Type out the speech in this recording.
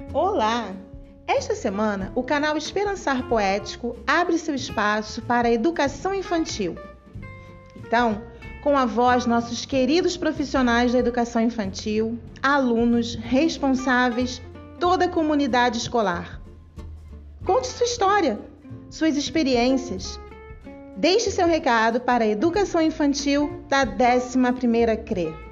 Olá! Esta semana, o canal Esperançar Poético abre seu espaço para a educação infantil. Então, com a voz nossos queridos profissionais da educação infantil, alunos, responsáveis, toda a comunidade escolar. Conte sua história, suas experiências. Deixe seu recado para a educação infantil da 11ª CRE.